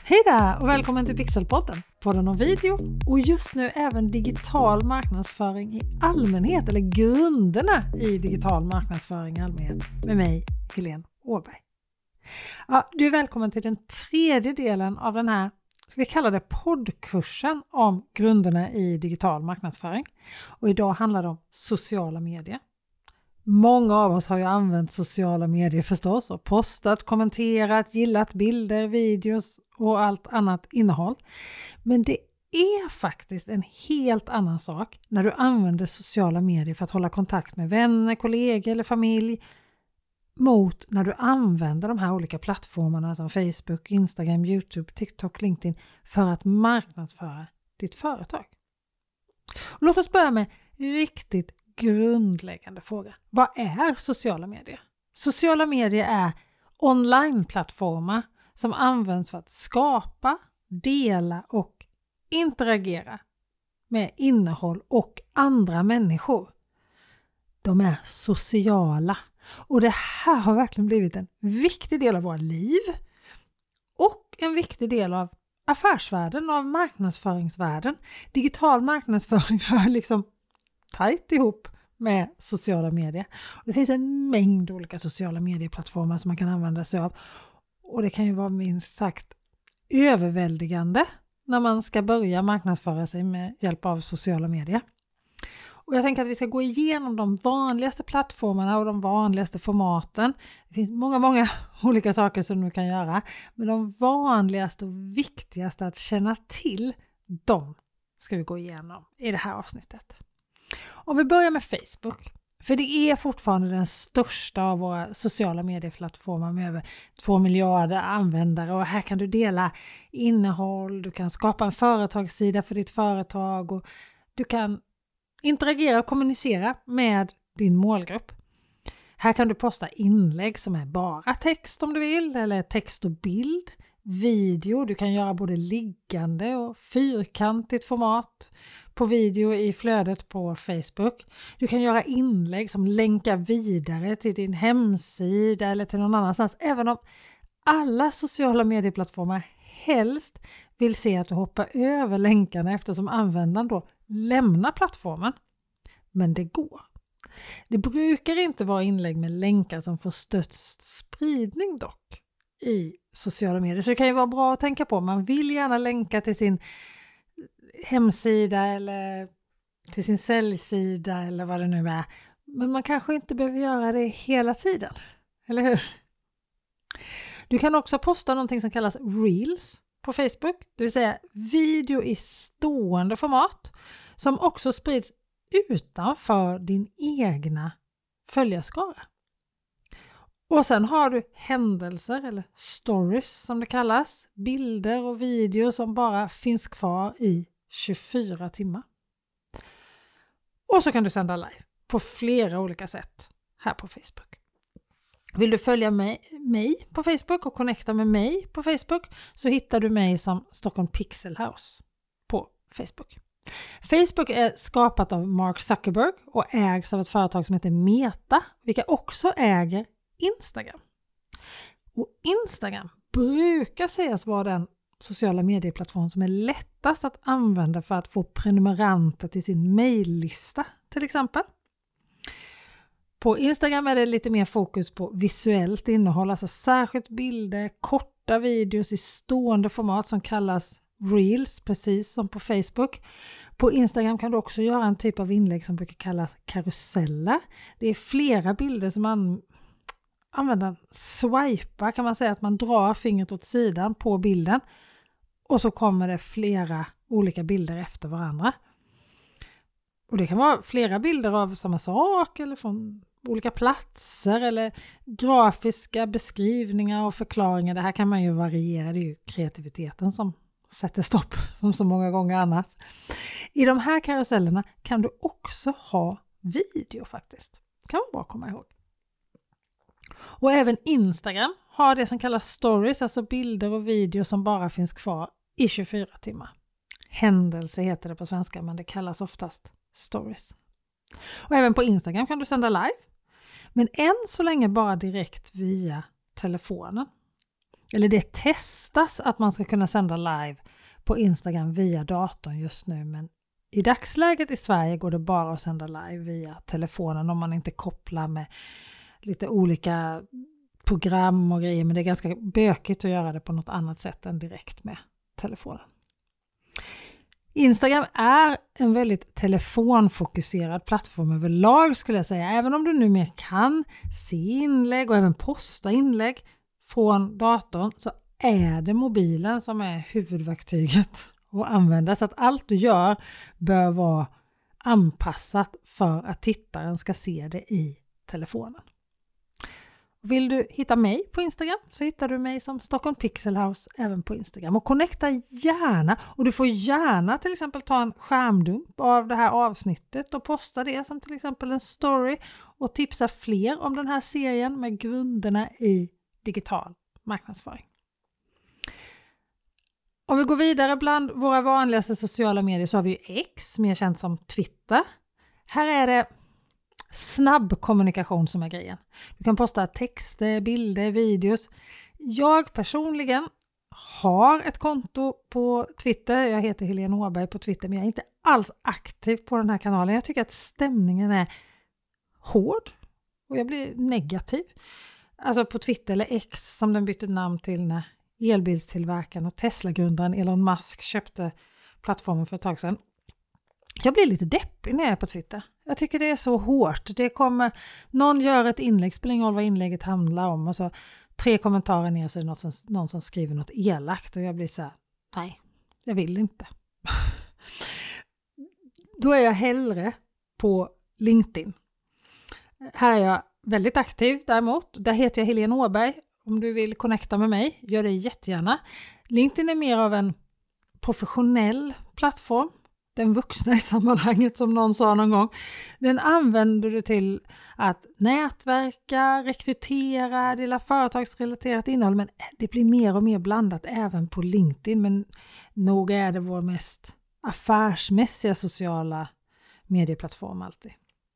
Hej där och välkommen till Pixelpodden, podden om video och just nu även digital marknadsföring i allmänhet eller grunderna i digital marknadsföring i allmänhet med mig, Helene Åberg. Ja, du är välkommen till den tredje delen av den här, ska vi kalla det poddkursen om grunderna i digital marknadsföring. Och idag handlar det om sociala medier. Många av oss har ju använt sociala medier förstås och postat, kommenterat, gillat bilder, videos och allt annat innehåll. Men det är faktiskt en helt annan sak när du använder sociala medier för att hålla kontakt med vänner, kollegor eller familj mot när du använder de här olika plattformarna som Facebook, Instagram, YouTube, TikTok, LinkedIn för att marknadsföra ditt företag. Och låt oss börja med riktigt grundläggande fråga. Vad är sociala medier? Sociala medier är online-plattformar som används för att skapa, dela och interagera med innehåll och andra människor. De är sociala och det här har verkligen blivit en viktig del av våra liv och en viktig del av affärsvärlden och av marknadsföringsvärlden. Digital marknadsföring hör liksom tajt ihop med sociala medier. Det finns en mängd olika sociala medieplattformar som man kan använda sig av. Och det kan ju vara minst sagt överväldigande när man ska börja marknadsföra sig med hjälp av sociala medier. Och jag tänker att vi ska gå igenom de vanligaste plattformarna och de vanligaste formaten. Det finns många olika saker som du kan göra. Men de vanligaste och viktigaste att känna till, de ska vi gå igenom i det här avsnittet. Om vi börjar med Facebook, för det är fortfarande den största av våra sociala medieplattformar med över 2 miljarder användare och här kan du dela innehåll, du kan skapa en företagssida för ditt företag och du kan interagera och kommunicera med din målgrupp. Här kan du posta inlägg som är bara text om du vill eller text och bild, video, du kan göra både liggande och fyrkantigt format på video i flödet på Facebook. Du kan göra inlägg som länkar vidare till din hemsida eller till någon annanstans. Även om alla sociala medieplattformar helst vill se att du hoppar över länkarna eftersom användaren då lämnar plattformen. Men det går. Det brukar inte vara inlägg med länkar som får störst spridning dock i sociala medier. Så det kan ju vara bra att tänka på. Man vill gärna länka till sin hemsida eller till sin säljsida eller vad det nu är. Men man kanske inte behöver göra det hela tiden. Eller hur? Du kan också posta någonting som kallas Reels på Facebook. Det vill säga video i stående format som också sprids utanför din egna följarskara. Och sen har du händelser eller stories som det kallas. Bilder och videor som bara finns kvar i 24 timmar. Och så kan du sända live på flera olika sätt här på Facebook. Vill du följa mig på Facebook och connecta med mig på Facebook så hittar du mig som Stockholm Pixel House på Facebook. Facebook är skapat av Mark Zuckerberg och ägs av ett företag som heter Meta, vilka också äger Instagram. Och Instagram brukar sägas vara den sociala medieplattform som är lättast att använda för att få prenumeranter till sin mejllista till exempel. På Instagram är det lite mer fokus på visuellt innehåll, alltså särskilt bilder, korta videos i stående format som kallas Reels, precis som på Facebook. På Instagram kan du också göra en typ av inlägg som brukar kallas karuseller. Det är flera bilder som använder swipa, kan man säga att man drar fingret åt sidan på bilden och så kommer det flera olika bilder efter varandra. Och det kan vara flera bilder av samma sak eller från olika platser eller grafiska beskrivningar och förklaringar. Det här kan man ju variera, det är ju kreativiteten som sätter stopp som så många gånger annars. I de här karusellerna kan du också ha video faktiskt. Kan vara bra att komma ihåg. Och även Instagram har det som kallas stories, alltså bilder och video som bara finns kvar i 24 timmar. Händelse heter det på svenska, men det kallas oftast stories. Och även på Instagram kan du sända live, men än så länge bara direkt via telefonen. eller det testas att man ska kunna sända live på Instagram via datorn just nu, men i dagsläget i Sverige går det bara att sända live via telefonen om man inte kopplar med lite olika program och grejer, men det är ganska bökigt att göra det på något annat sätt än direkt med telefonen. Instagram är en väldigt telefonfokuserad plattform överlag skulle jag säga, även om du numera kan se inlägg och även posta inlägg från datorn, så är det mobilen som är huvudverktyget att använda, så att allt du gör bör vara anpassat för att tittaren ska se det i telefonen. Vill du hitta mig på Instagram så hittar du mig som Stockholm Pixel House även på Instagram. Och connecta gärna, och du får gärna till exempel ta en skärmdump av det här avsnittet och posta det som till exempel en story och tipsa fler om den här serien med grunderna i digital marknadsföring. Om vi går vidare bland våra vanligaste sociala medier så har vi ju X, mer känt som Twitter. Här är det snabb kommunikation som är grejen. Du kan posta texter, bilder, videos. Jag personligen har ett konto på Twitter. Jag heter Helene Åberg på Twitter, men jag är inte alls aktiv på den här kanalen. Jag tycker att stämningen är hård och jag blir negativ. Alltså på Twitter, eller X som den bytte namn till när elbilstillverkaren och Tesla-grundaren Elon Musk köpte plattformen för ett tag sedan. Jag blir lite deppig när jag är på Twitter. Jag tycker det är så hårt. Någon gör ett inlägg, spelar ingen roll vad inlägget handlar om, och så 3 kommentarer ner så är det någon som skriver något elakt och jag blir så här, nej, jag vill inte. Då är jag hellre på LinkedIn. Här är jag väldigt aktiv däremot. Där heter jag Helene Åberg. Om du vill connecta med mig, gör det jättegärna. LinkedIn är mer av en professionell plattform. Den vuxna i sammanhanget som någon sa någon gång. Den använder du till att nätverka, rekrytera, dela företagsrelaterat innehåll. Men det blir mer och mer blandat även på LinkedIn. Men nog är det vår mest affärsmässiga sociala medieplattform alltid.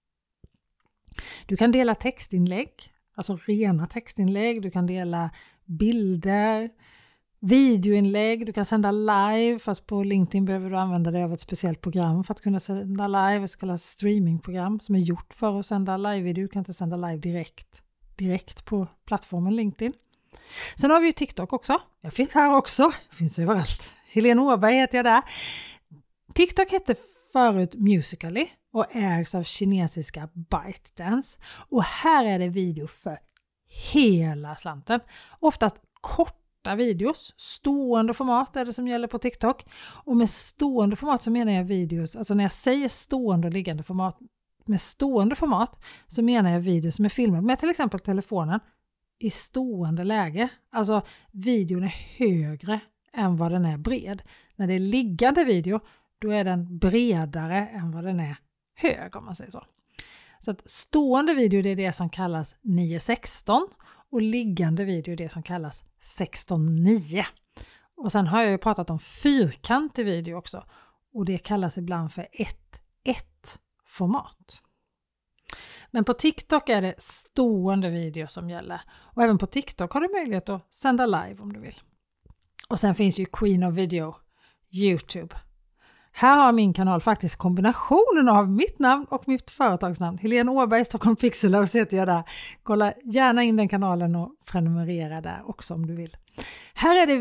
Du kan dela textinlägg, alltså rena textinlägg. Du kan dela bilder, videoinlägg, du kan sända live, fast på LinkedIn behöver du använda dig av ett speciellt program för att kunna sända live, ett så kallat streamingprogram som är gjort för att sända live-video. Du kan inte sända live direkt på plattformen LinkedIn. Sen har vi ju TikTok också. Jag finns här också, jag finns överallt. Helene Åberg heter jag där. TikTok hette förut Musical.ly och ägs av kinesiska ByteDance. Och här är det video för hela slanten. Oftast kort videos, stående format är det som gäller på TikTok. Och med stående format så menar jag videos, alltså när jag säger stående och liggande format, med stående format så menar jag videos som är filmade med till exempel telefonen i stående läge. Alltså videon är högre än vad den är bred. När det är liggande video, då är den bredare än vad den är hög, om man säger så. Så att stående video, det är det som kallas 9:16 och liggande video är det som kallas 16:9. Och sen har jag ju pratat om fyrkantig video också, och det kallas ibland för 1:1 format. Men på TikTok är det stående video som gäller, och även på TikTok har du möjlighet att sända live om du vill. Och sen finns ju Queen of Video, YouTube. Här har min kanal faktiskt kombinationen av mitt namn och mitt företagsnamn. Helene Åberg, Stockholm Pixel House heter jag där. Kolla gärna in den kanalen och prenumerera där också om du vill. Här är det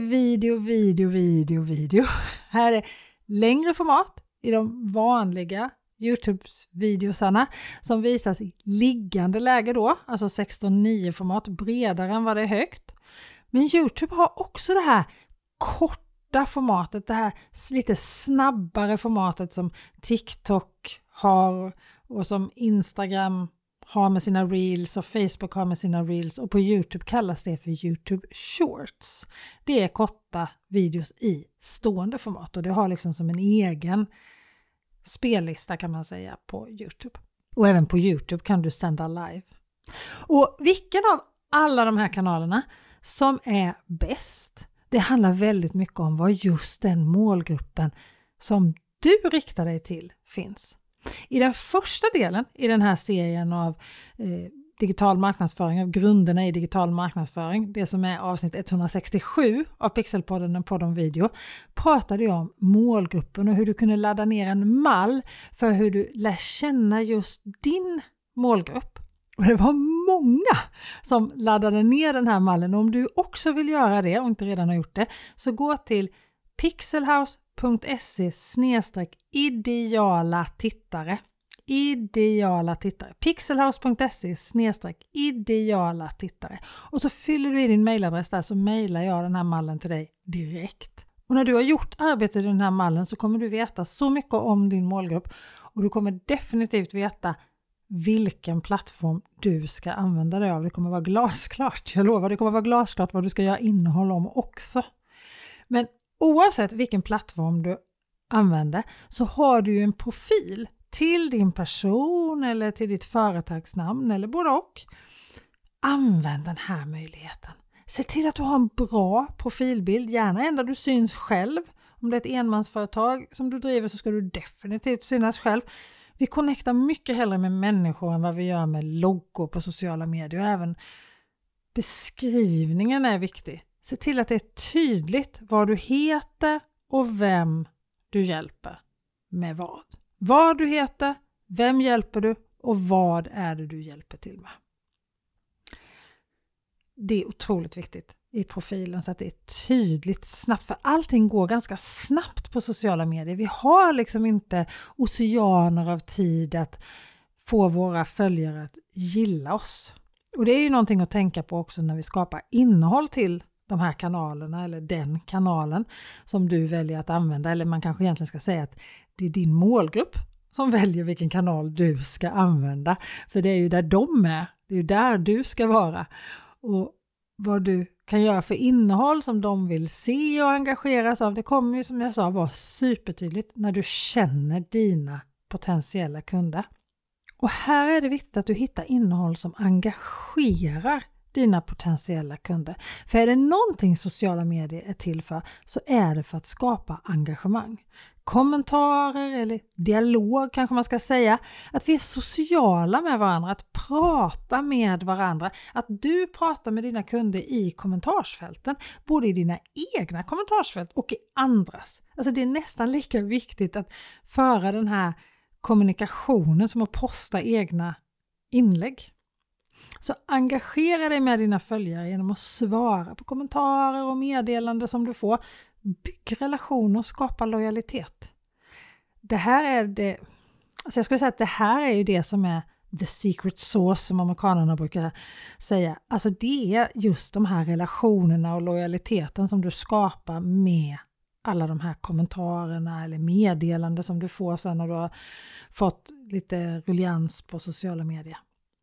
video. Här är längre format i de vanliga YouTube-videosarna som visas i liggande läge då. Alltså 16:9 format, bredare än vad det är högt. Men YouTube har också det här formatet, det här lite snabbare formatet som TikTok har och som Instagram har med sina reels och Facebook har med sina reels, och på YouTube kallas det för YouTube Shorts. Det är korta videos i stående format och det har liksom som en egen spellista kan man säga på YouTube. Och även på YouTube kan du sända live. Och vilken av alla de här kanalerna som är bäst, det handlar väldigt mycket om vad just den målgruppen som du riktar dig till finns. I den första delen i den här serien av digital marknadsföring, av grunderna i digital marknadsföring, det som är avsnitt 167 av Pixelpodden, en podd om video, pratade jag om målgruppen och hur du kunde ladda ner en mall för hur du lär känna just din målgrupp. Och det var många som laddade ner den här mallen. Och om du också vill göra det och inte redan har gjort det, så gå till pixelhouse.se/ideala tittare. Ideala tittare. pixelhouse.se/ideala tittare. Och så fyller du i din mailadress där, så mailar jag den här mallen till dig direkt. Och när du har gjort arbetet i den här mallen så kommer du veta så mycket om din målgrupp, och du kommer definitivt veta vilken plattform du ska använda dig av. Det kommer vara glasklart. Jag lovar, det kommer vara glasklart vad du ska göra innehåll om också. Men oavsett vilken plattform du använder så har du ju en profil till din person eller till ditt företagsnamn eller både och. Använd den här möjligheten. Se till att du har en bra profilbild, gärna en där du syns själv. Om det är ett enmansföretag som du driver så ska du definitivt synas själv. Vi connectar mycket hellre med människor än vad vi gör med loggor på sociala medier. Och även beskrivningen är viktig. Se till att det är tydligt vad du heter och vem du hjälper med vad. Vad du heter, vem hjälper du och vad är det du hjälper till med. Det är otroligt viktigt i profilen så att det är tydligt, snabbt. För allting går ganska snabbt på sociala medier. Vi har liksom inte oceaner av tid att få våra följare att gilla oss. Och det är ju någonting att tänka på också när vi skapar innehåll till de här kanalerna eller den kanalen som du väljer att använda. Eller man kanske egentligen ska säga att det är din målgrupp som väljer vilken kanal du ska använda. För det är ju där de är. Det är ju där du ska vara. Och vad du kan göra för innehåll som de vill se och engageras av, det kommer ju som jag sa vara supertydligt när du känner dina potentiella kunder. Och här är det viktigt att du hittar innehåll som engagerar dina potentiella kunder. För är det någonting sociala medier är till för, så är det för att skapa engagemang. Kommentarer eller dialog kanske man ska säga. Att vi är sociala med varandra, att prata med varandra. Att du pratar med dina kunder i kommentarsfälten, både i dina egna kommentarsfält och i andras. Alltså det är nästan lika viktigt att föra den här kommunikationen som att posta egna inlägg. Så engagera dig med dina följare genom att svara på kommentarer och meddelanden som du får. Bygg relationer och skapa lojalitet. Det här är det, alltså jag skulle säga att det här är ju det som är the secret sauce som amerikanerna brukar säga. Alltså det är just de här relationerna och lojaliteten som du skapar med alla de här kommentarerna eller meddelanden som du får sen när du har fått lite ruljans på sociala medier.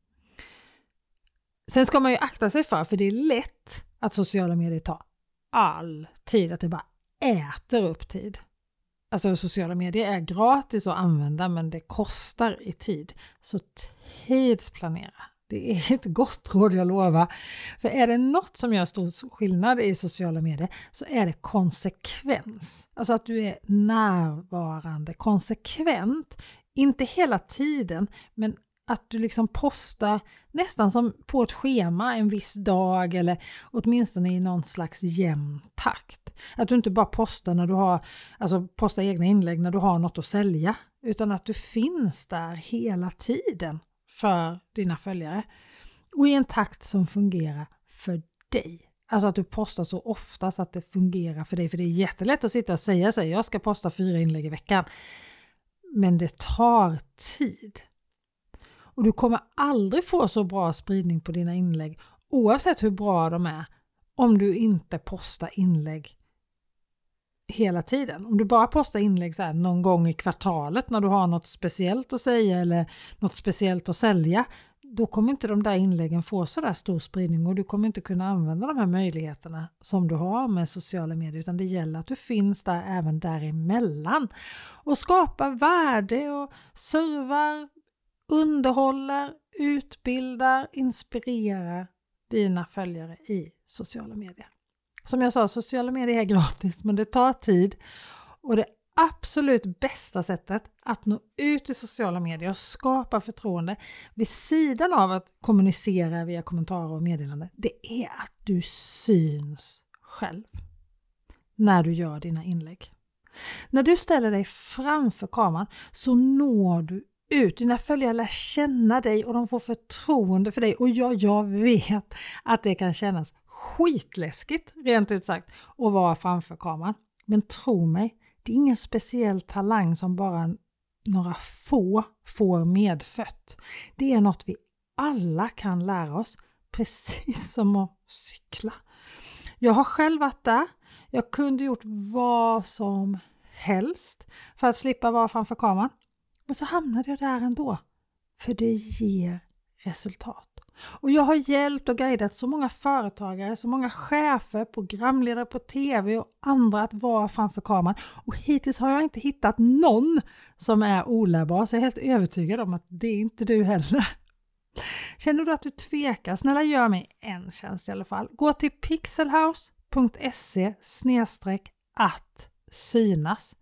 Sen ska man ju akta sig för det är lätt att sociala medier tar all tid, att det bara äter upp tid. Alltså sociala medier är gratis att använda, men det kostar i tid. Så tidsplanera. Det är ett gott råd, jag lovar. För är det något som gör stor skillnad i sociala medier så är det konsekvens. Alltså att du är närvarande, konsekvent. Inte hela tiden, men att du liksom postar nästan som på ett schema en viss dag eller åtminstone i någon slags jämn takt. Att du inte bara postar när du har, alltså postar egna inlägg när du har något att sälja, utan att du finns där hela tiden för dina följare och i en takt som fungerar för dig. Alltså att du postar så ofta så att det fungerar för dig, för det är jättelätt att sitta och säga sig, jag ska posta 4 inlägg i veckan. Men det tar tid. Och du kommer aldrig få så bra spridning på dina inlägg oavsett hur bra de är om du inte postar inlägg hela tiden. Om du bara postar inlägg så här någon gång i kvartalet när du har något speciellt att säga eller något speciellt att sälja, då kommer inte de där inläggen få så där stor spridning och du kommer inte kunna använda de här möjligheterna som du har med sociala medier, utan det gäller att du finns där även däremellan och skapar värde och servar, underhåller, utbildar, inspirerar dina följare i sociala medier. Som jag sa, sociala medier är gratis, men det tar tid och det absolut bästa sättet att nå ut i sociala medier och skapa förtroende vid sidan av att kommunicera via kommentarer och meddelanden, det är att du syns själv när du gör dina inlägg. När du ställer dig framför kameran så når du ut. Dina följare lär känna dig och de får förtroende för dig. Och jag vet att det kan kännas skitläskigt, rent ut sagt, att vara framför kameran. Men tro mig, det är ingen speciell talang som bara några få får medfött. Det är något vi alla kan lära oss, precis som att cykla. Jag har själv varit där. Jag kunde gjort vad som helst för att slippa vara framför kameran. Men så hamnade jag där ändå. För det ger resultat. Och jag har hjälpt och guidat så många företagare, så många chefer, programledare på tv och andra att vara framför kameran. Och hittills har jag inte hittat någon som är olärbar, så jag är helt övertygad om att det är inte du heller. Känner du att du tvekar? Snälla gör mig en tjänst i alla fall. Gå till pixelhouse.se/att-synas.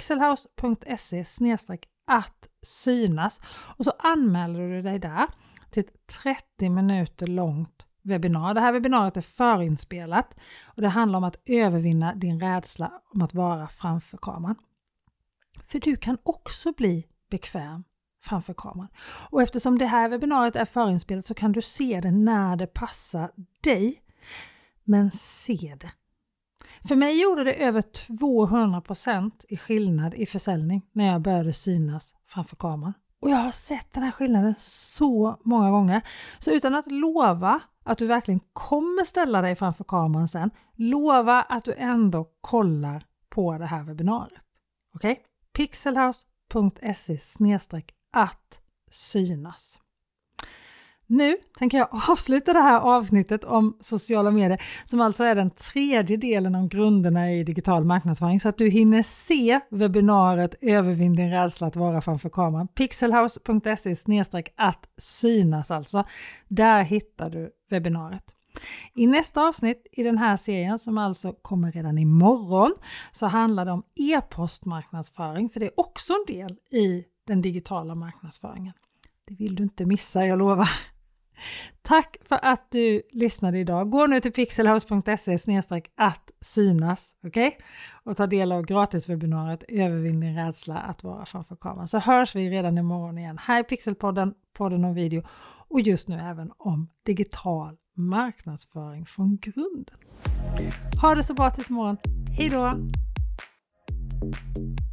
pixelhouse.se/att-synas. Och så anmäler du dig där till ett 30 minuter långt webbinar. Det här webbinariet är förinspelat och det handlar om att övervinna din rädsla om att vara framför kameran. För du kan också bli bekväm framför kameran. Och eftersom det här webbinariet är förinspelat så kan du se det när det passar dig. Men se det. För mig gjorde det över 200% i skillnad i försäljning när jag började synas framför kameran. Och jag har sett den här skillnaden så många gånger. Så utan att lova att du verkligen kommer ställa dig framför kameran sen, lova att du ändå kollar på det här webbinariet. Okej? pixelhouse.se/att-synas. Nu tänker jag avsluta det här avsnittet om sociala medier som alltså är den 3:e delen om grunderna i digital marknadsföring så att du hinner se webbinariet Övervinn din rädsla att vara framför kameran. pixelhouse.se/att-synas alltså. Där hittar du webbinariet. I nästa avsnitt i den här serien som alltså kommer redan imorgon så handlar det om e-postmarknadsföring för det är också en del i den digitala marknadsföringen. Det vill du inte missa, jag lovar. Tack för att du lyssnade idag. Gå nu till pixelhouse.se/att-synas, okej? Och ta del av gratiswebbinariet Övervinn din rädsla att vara framför kameran. Så hörs vi redan imorgon igen. Här är Pixelpodden, podden om video och just nu även om digital marknadsföring från grunden. Ha det så bra tills imorgon. Hej då!